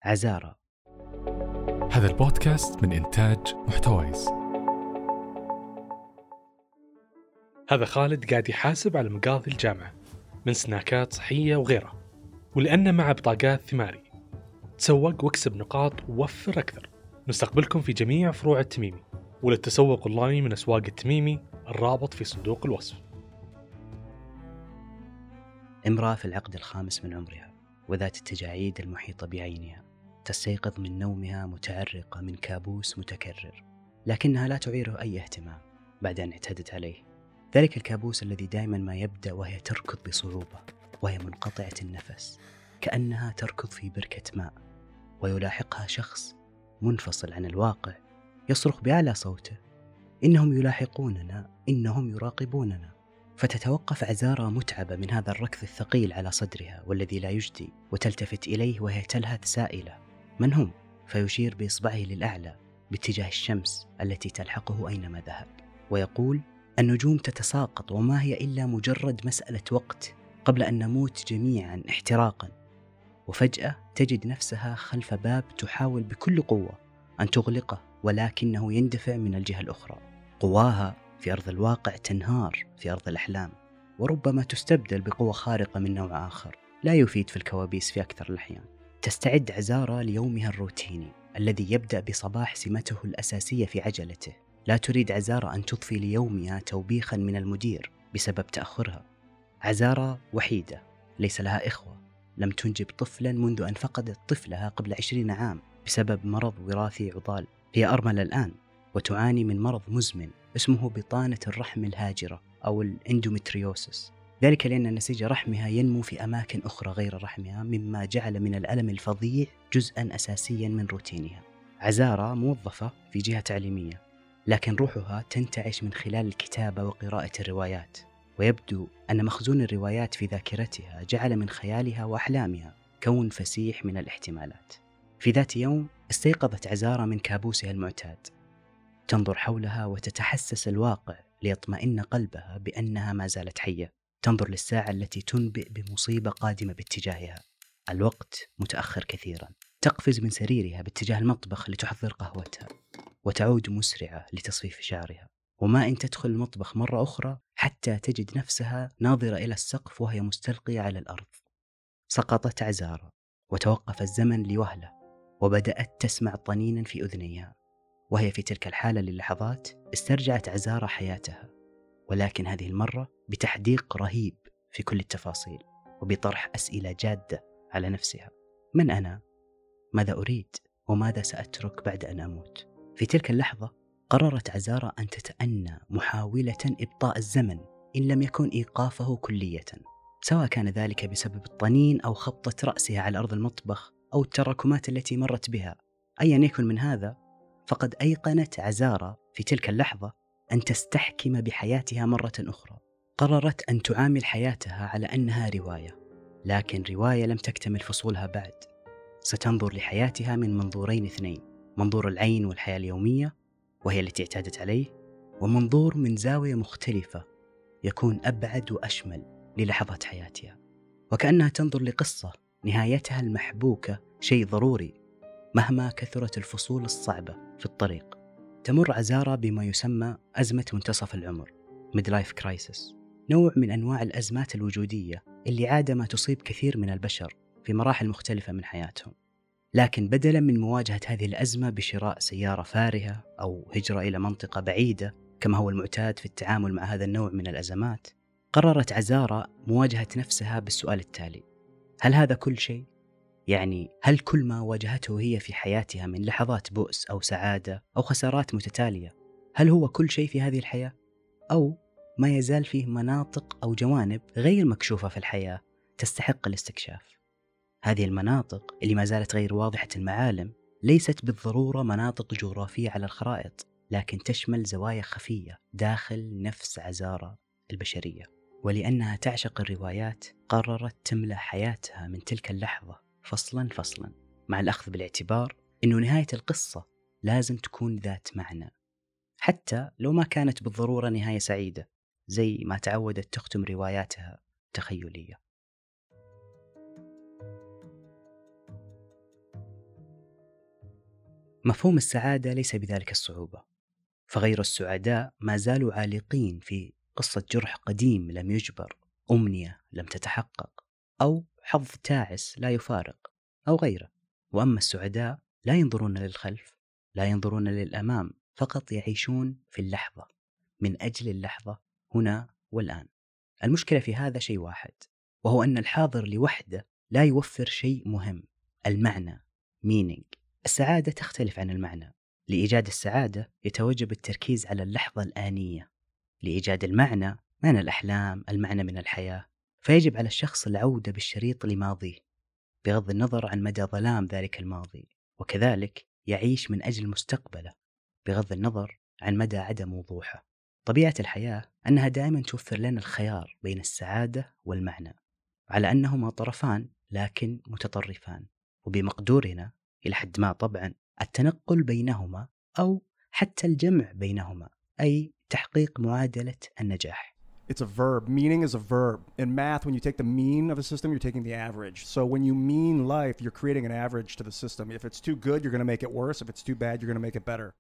عزارة. هذا البودكاست من إنتاج محتويس. هذا خالد قاعد يحاسب على مقاضي الجامعة من سناكات صحية وغيرها، ولأنه مع بطاقات ثماري. تسوق واكسب نقاط ووفر أكثر. نستقبلكم في جميع فروع التميمي، وللتسوق أونلاين من أسواق التميمي الرابط في صندوق الوصف. امرأة في العقد الخامس من عمرها وذات التجاعيد المحيطة بعينها، تستيقظ من نومها متعرقة من كابوس متكرر، لكنها لا تعيره أي اهتمام بعد أن اعتادت عليه. ذلك الكابوس الذي دائما ما يبدأ وهي تركض بصعوبة وهي منقطعة النفس، كأنها تركض في بركة ماء، ويلاحقها شخص منفصل عن الواقع يصرخ بأعلى صوته: إنهم يلاحقوننا، إنهم يراقبوننا. فتتوقف عزارة متعبة من هذا الركض الثقيل على صدرها والذي لا يجدي، وتلتفت إليه وهي تلهث سائلة: من هم؟ فيشير بإصبعه للأعلى باتجاه الشمس التي تلحقه أينما ذهب، ويقول: النجوم تتساقط، وما هي إلا مجرد مسألة وقت قبل أن نموت جميعا احتراقا. وفجأة تجد نفسها خلف باب تحاول بكل قوة أن تغلقه، ولكنه يندفع من الجهة الأخرى. قواها في أرض الواقع تنهار في أرض الأحلام، وربما تستبدل بقوة خارقة من نوع آخر لا يفيد في الكوابيس في أكثر الأحيان. تستعد عزارة ليومها الروتيني الذي يبدأ بصباح سمته الأساسية في عجلته. لا تريد عزارة أن تضفي ليومها توبيخا من المدير بسبب تأخرها. عزارة وحيدة، ليس لها إخوة، لم تنجب طفلا منذ أن فقدت طفلها قبل 20 عام بسبب مرض وراثي عضال. هي أرملة الآن وتعاني من مرض مزمن اسمه بطانة الرحم الهاجرة أو الإندومتريوسس، ذلك لأن نسيج رحمها ينمو في أماكن أخرى غير رحمها، مما جعل من الألم الفظيع جزءا أساسيا من روتينها. عزارة موظفة في جهة تعليمية، لكن روحها تنتعش من خلال الكتابة وقراءة الروايات، ويبدو أن مخزون الروايات في ذاكرتها جعل من خيالها وأحلامها كون فسيح من الاحتمالات. في ذات يوم استيقظت عزارة من كابوسها المعتاد، تنظر حولها وتتحسس الواقع ليطمئن قلبها بأنها ما زالت حية. تنظر للساعة التي تنبئ بمصيبة قادمة باتجاهها. الوقت متأخر كثيرا. تقفز من سريرها باتجاه المطبخ لتحضر قهوتها، وتعود مسرعة لتصفيف شعرها. وما إن تدخل المطبخ مرة أخرى حتى تجد نفسها ناظرة إلى السقف وهي مستلقية على الأرض. سقطت عزارة وتوقف الزمن لوهلة، وبدأت تسمع طنينا في أذنيها. وهي في تلك الحالة للحظات استرجعت عزارة حياتها، ولكن هذه المرة بتحديق رهيب في كل التفاصيل، وبطرح أسئلة جادة على نفسها: من أنا؟ ماذا أريد؟ وماذا سأترك بعد أن أموت؟ في تلك اللحظة قررت عزارة أن تتأنى محاولة إبطاء الزمن إن لم يكن إيقافه كلية، سواء كان ذلك بسبب الطنين أو خبطة رأسها على أرض المطبخ أو التراكمات التي مرت بها. أيا يكن من هذا، فقد أيقنت عزارة في تلك اللحظة أن تستحكم بحياتها مرة أخرى. قررت أن تعامل حياتها على أنها رواية، لكن رواية لم تكتمل فصولها بعد. ستنظر لحياتها من منظورين اثنين: منظور العين والحياة اليومية وهي التي اعتادت عليه، ومنظور من زاوية مختلفة يكون أبعد وأشمل للحظات حياتها. وكأنها تنظر لقصة نهايتها المحبوكة شيء ضروري مهما كثرت الفصول الصعبة في الطريق. تمر عزارة بما يسمى أزمة منتصف العمر midlife crisis، نوع من أنواع الأزمات الوجودية اللي عادة تصيب كثير من البشر في مراحل مختلفة من حياتهم. لكن بدلا من مواجهة هذه الأزمة بشراء سيارة فارهة أو هجرة إلى منطقة بعيدة كما هو المعتاد في التعامل مع هذا النوع من الأزمات، قررت عزارة مواجهة نفسها بالسؤال التالي: هل هذا كل شيء؟ يعني هل كل ما واجهته هي في حياتها من لحظات بؤس أو سعادة أو خسارات متتالية، هل هو كل شيء في هذه الحياة؟ أو ما يزال فيه مناطق أو جوانب غير مكشوفة في الحياة تستحق الاستكشاف؟ هذه المناطق اللي ما زالت غير واضحة المعالم ليست بالضرورة مناطق جغرافية على الخرائط، لكن تشمل زوايا خفية داخل نفس عزارة البشرية. ولأنها تعشق الروايات قررت تملأ حياتها من تلك اللحظة فصلا فصلا، مع الأخذ بالاعتبار أنه نهاية القصة لازم تكون ذات معنى، حتى لو ما كانت بالضرورة نهاية سعيدة زي ما تعودت تختم رواياتها تخيلية. مفهوم السعادة ليس بذلك الصعوبة، فغير السعداء ما زالوا عالقين في قصة جرح قديم لم يجبر، أمنية لم تتحقق، أو حظ تعس لا يفارق، أو غيره. وأما السعداء لا ينظرون للخلف، لا ينظرون للأمام، فقط يعيشون في اللحظة، من أجل اللحظة، هنا والآن. المشكلة في هذا شيء واحد، وهو أن الحاضر لوحده لا يوفر شيء مهم، المعنى، meaning. السعادة تختلف عن المعنى. لإيجاد السعادة يتوجب التركيز على اللحظة الآنية. لإيجاد المعنى، معنى الأحلام، المعنى من الحياة، فيجب على الشخص العودة بالشريط لماضيه بغض النظر عن مدى ظلام ذلك الماضي، وكذلك يعيش من أجل مستقبله بغض النظر عن مدى عدم وضوحه. طبيعة الحياة أنها دائما توفر لنا الخيار بين السعادة والمعنى، على أنهما طرفان لكن متطرفان، وبمقدورنا إلى حد ما طبعا التنقل بينهما أو حتى الجمع بينهما، أي تحقيق معادلة النجاح. It's a verb. Meaning is a verb. In math, when you take the mean of a system, you're taking the average. So when you mean life, you're creating an average to the system. If it's too good, you're going to make it worse. If it's too bad, you're going to make it better.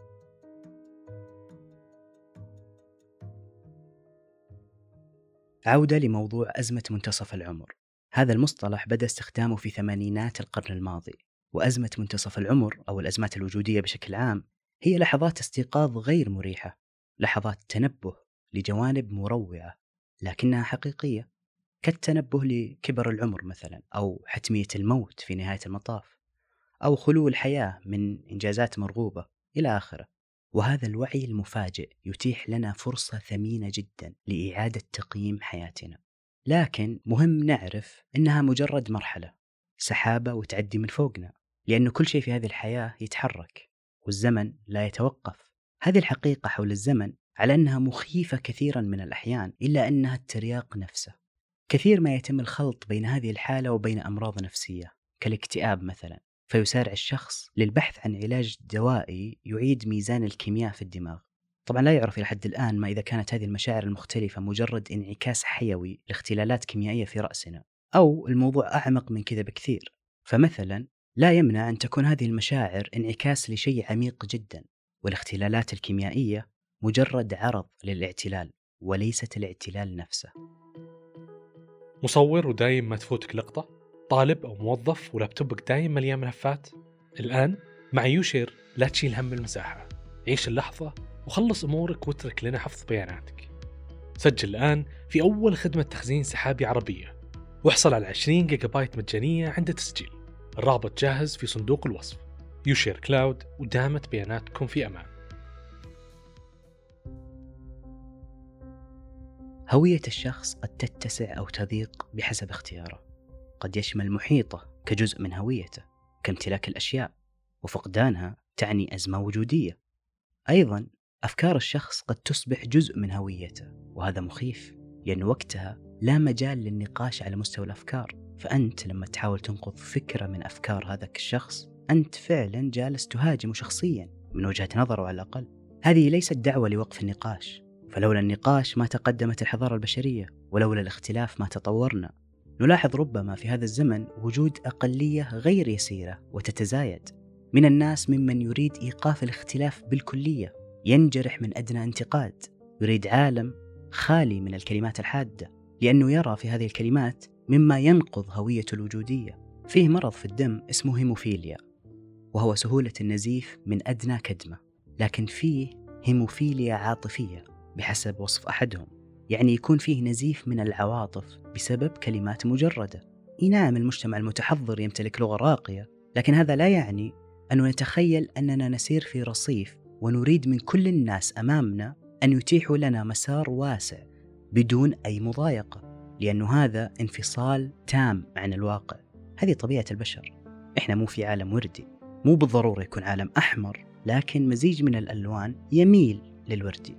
عودة لموضوع أزمة منتصف العمر. هذا المصطلح بدأ استخدامه في ثمانينات القرن الماضي. وأزمة منتصف العمر أو الأزمات الوجودية بشكل عام هي لحظات استيقاظ غير مريحة، لحظات تنبه لجوانب مروعة لكنها حقيقية، كالتنبه لكبر العمر مثلا، أو حتمية الموت في نهاية المطاف، أو خلو الحياة من إنجازات مرغوبة إلى آخره. وهذا الوعي المفاجئ يتيح لنا فرصة ثمينة جدا لإعادة تقييم حياتنا. لكن مهم نعرف أنها مجرد مرحلة، سحابة وتعدي من فوقنا، لأن كل شيء في هذه الحياة يتحرك والزمن لا يتوقف. هذه الحقيقة حول الزمن على أنها مخيفة كثيرا من الأحيان، إلا أنها الترياق نفسه. كثير ما يتم الخلط بين هذه الحالة وبين أمراض نفسية كالاكتئاب مثلا، فيسارع الشخص للبحث عن علاج دوائي يعيد ميزان الكيمياء في الدماغ. طبعا لا يعرف إلى حد الآن ما إذا كانت هذه المشاعر المختلفة مجرد انعكاس حيوي لاختلالات كيميائية في رأسنا، أو الموضوع أعمق من كذا بكثير. فمثلا لا يمنع أن تكون هذه المشاعر انعكاس لشيء عميق جدا، والاختلالات الكيميائية مجرد عرض للاعتلال وليست الاعتلال نفسه. مصور ودايم ما تفوتك لقطة، طالب أو موظف ولابتوبك دايم مليان ملفات. الآن مع يوشير لا تشيل هم المساحة، عيش اللحظة وخلص أمورك واترك لنا حفظ بياناتك. سجل الآن في أول خدمة تخزين سحابي عربية، واحصل على 20 جيجا بايت مجانية عند تسجيل. الرابط جاهز في صندوق الوصف. يوشير كلاود، ودامت بياناتكم في أمان. هوية الشخص قد تتسع أو تضيق بحسب اختياره. قد يشمل محيطه كجزء من هويته كامتلاك الأشياء، وفقدانها تعني أزمة وجودية. أيضا أفكار الشخص قد تصبح جزء من هويته، وهذا مخيف، لأن وقتها لا مجال للنقاش على مستوى الأفكار. فأنت لما تحاول تنقض فكرة من أفكار هذاك الشخص، أنت فعلا جالس تهاجم شخصيا من وجهة نظره على الأقل. هذه ليست دعوة لوقف النقاش، فلولا النقاش ما تقدمت الحضارة البشرية، ولولا الاختلاف ما تطورنا. نلاحظ ربما في هذا الزمن وجود أقلية غير يسيرة وتتزايد من الناس ممن يريد إيقاف الاختلاف بالكلية، ينجرح من أدنى انتقاد، يريد عالم خالي من الكلمات الحادة، لأنه يرى في هذه الكلمات مما ينقض هوية الوجودية. فيه مرض في الدم اسمه هيموفيليا، وهو سهولة النزيف من أدنى كدمة. لكن فيه هيموفيليا عاطفية بحسب وصف أحدهم، يعني يكون فيه نزيف من العواطف بسبب كلمات مجردة. نعم، المجتمع المتحضر يمتلك لغة راقية، لكن هذا لا يعني أن نتخيل أننا نسير في رصيف ونريد من كل الناس أمامنا أن يتيحوا لنا مسار واسع بدون أي مضايقة، لأنه هذا انفصال تام عن الواقع. هذه طبيعة البشر. إحنا مو في عالم وردي، مو بالضرورة يكون عالم أحمر، لكن مزيج من الألوان يميل للوردي.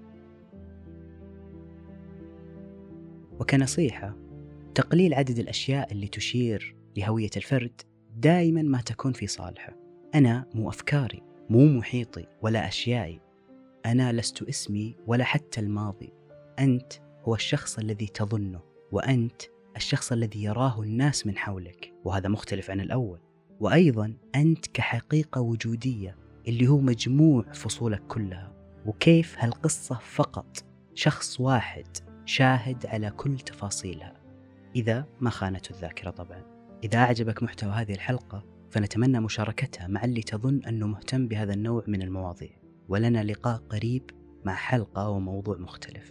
وكنصيحة، تقليل عدد الأشياء اللي تشير لهوية الفرد دائما ما تكون في صالحه. أنا مو أفكاري، مو محيطي ولا أشيائي. أنا لست اسمي ولا حتى الماضي. أنت هو الشخص الذي تظنه، وأنت الشخص الذي يراه الناس من حولك، وهذا مختلف عن الأول. وأيضا أنت كحقيقة وجودية اللي هو مجموع فصولك كلها، وكيف هالقصة فقط شخص واحد شاهد على كل تفاصيلها، إذا ما خانته الذاكرة طبعا. إذا أعجبك محتوى هذه الحلقة فنتمنى مشاركتها مع اللي تظن أنه مهتم بهذا النوع من المواضيع، ولنا لقاء قريب مع حلقة وموضوع مختلف.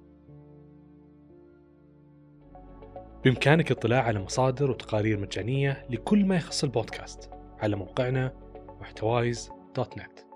بإمكانك الاطلاع على مصادر وتقارير مجانية لكل ما يخص البودكاست على موقعنا محتوايز.net.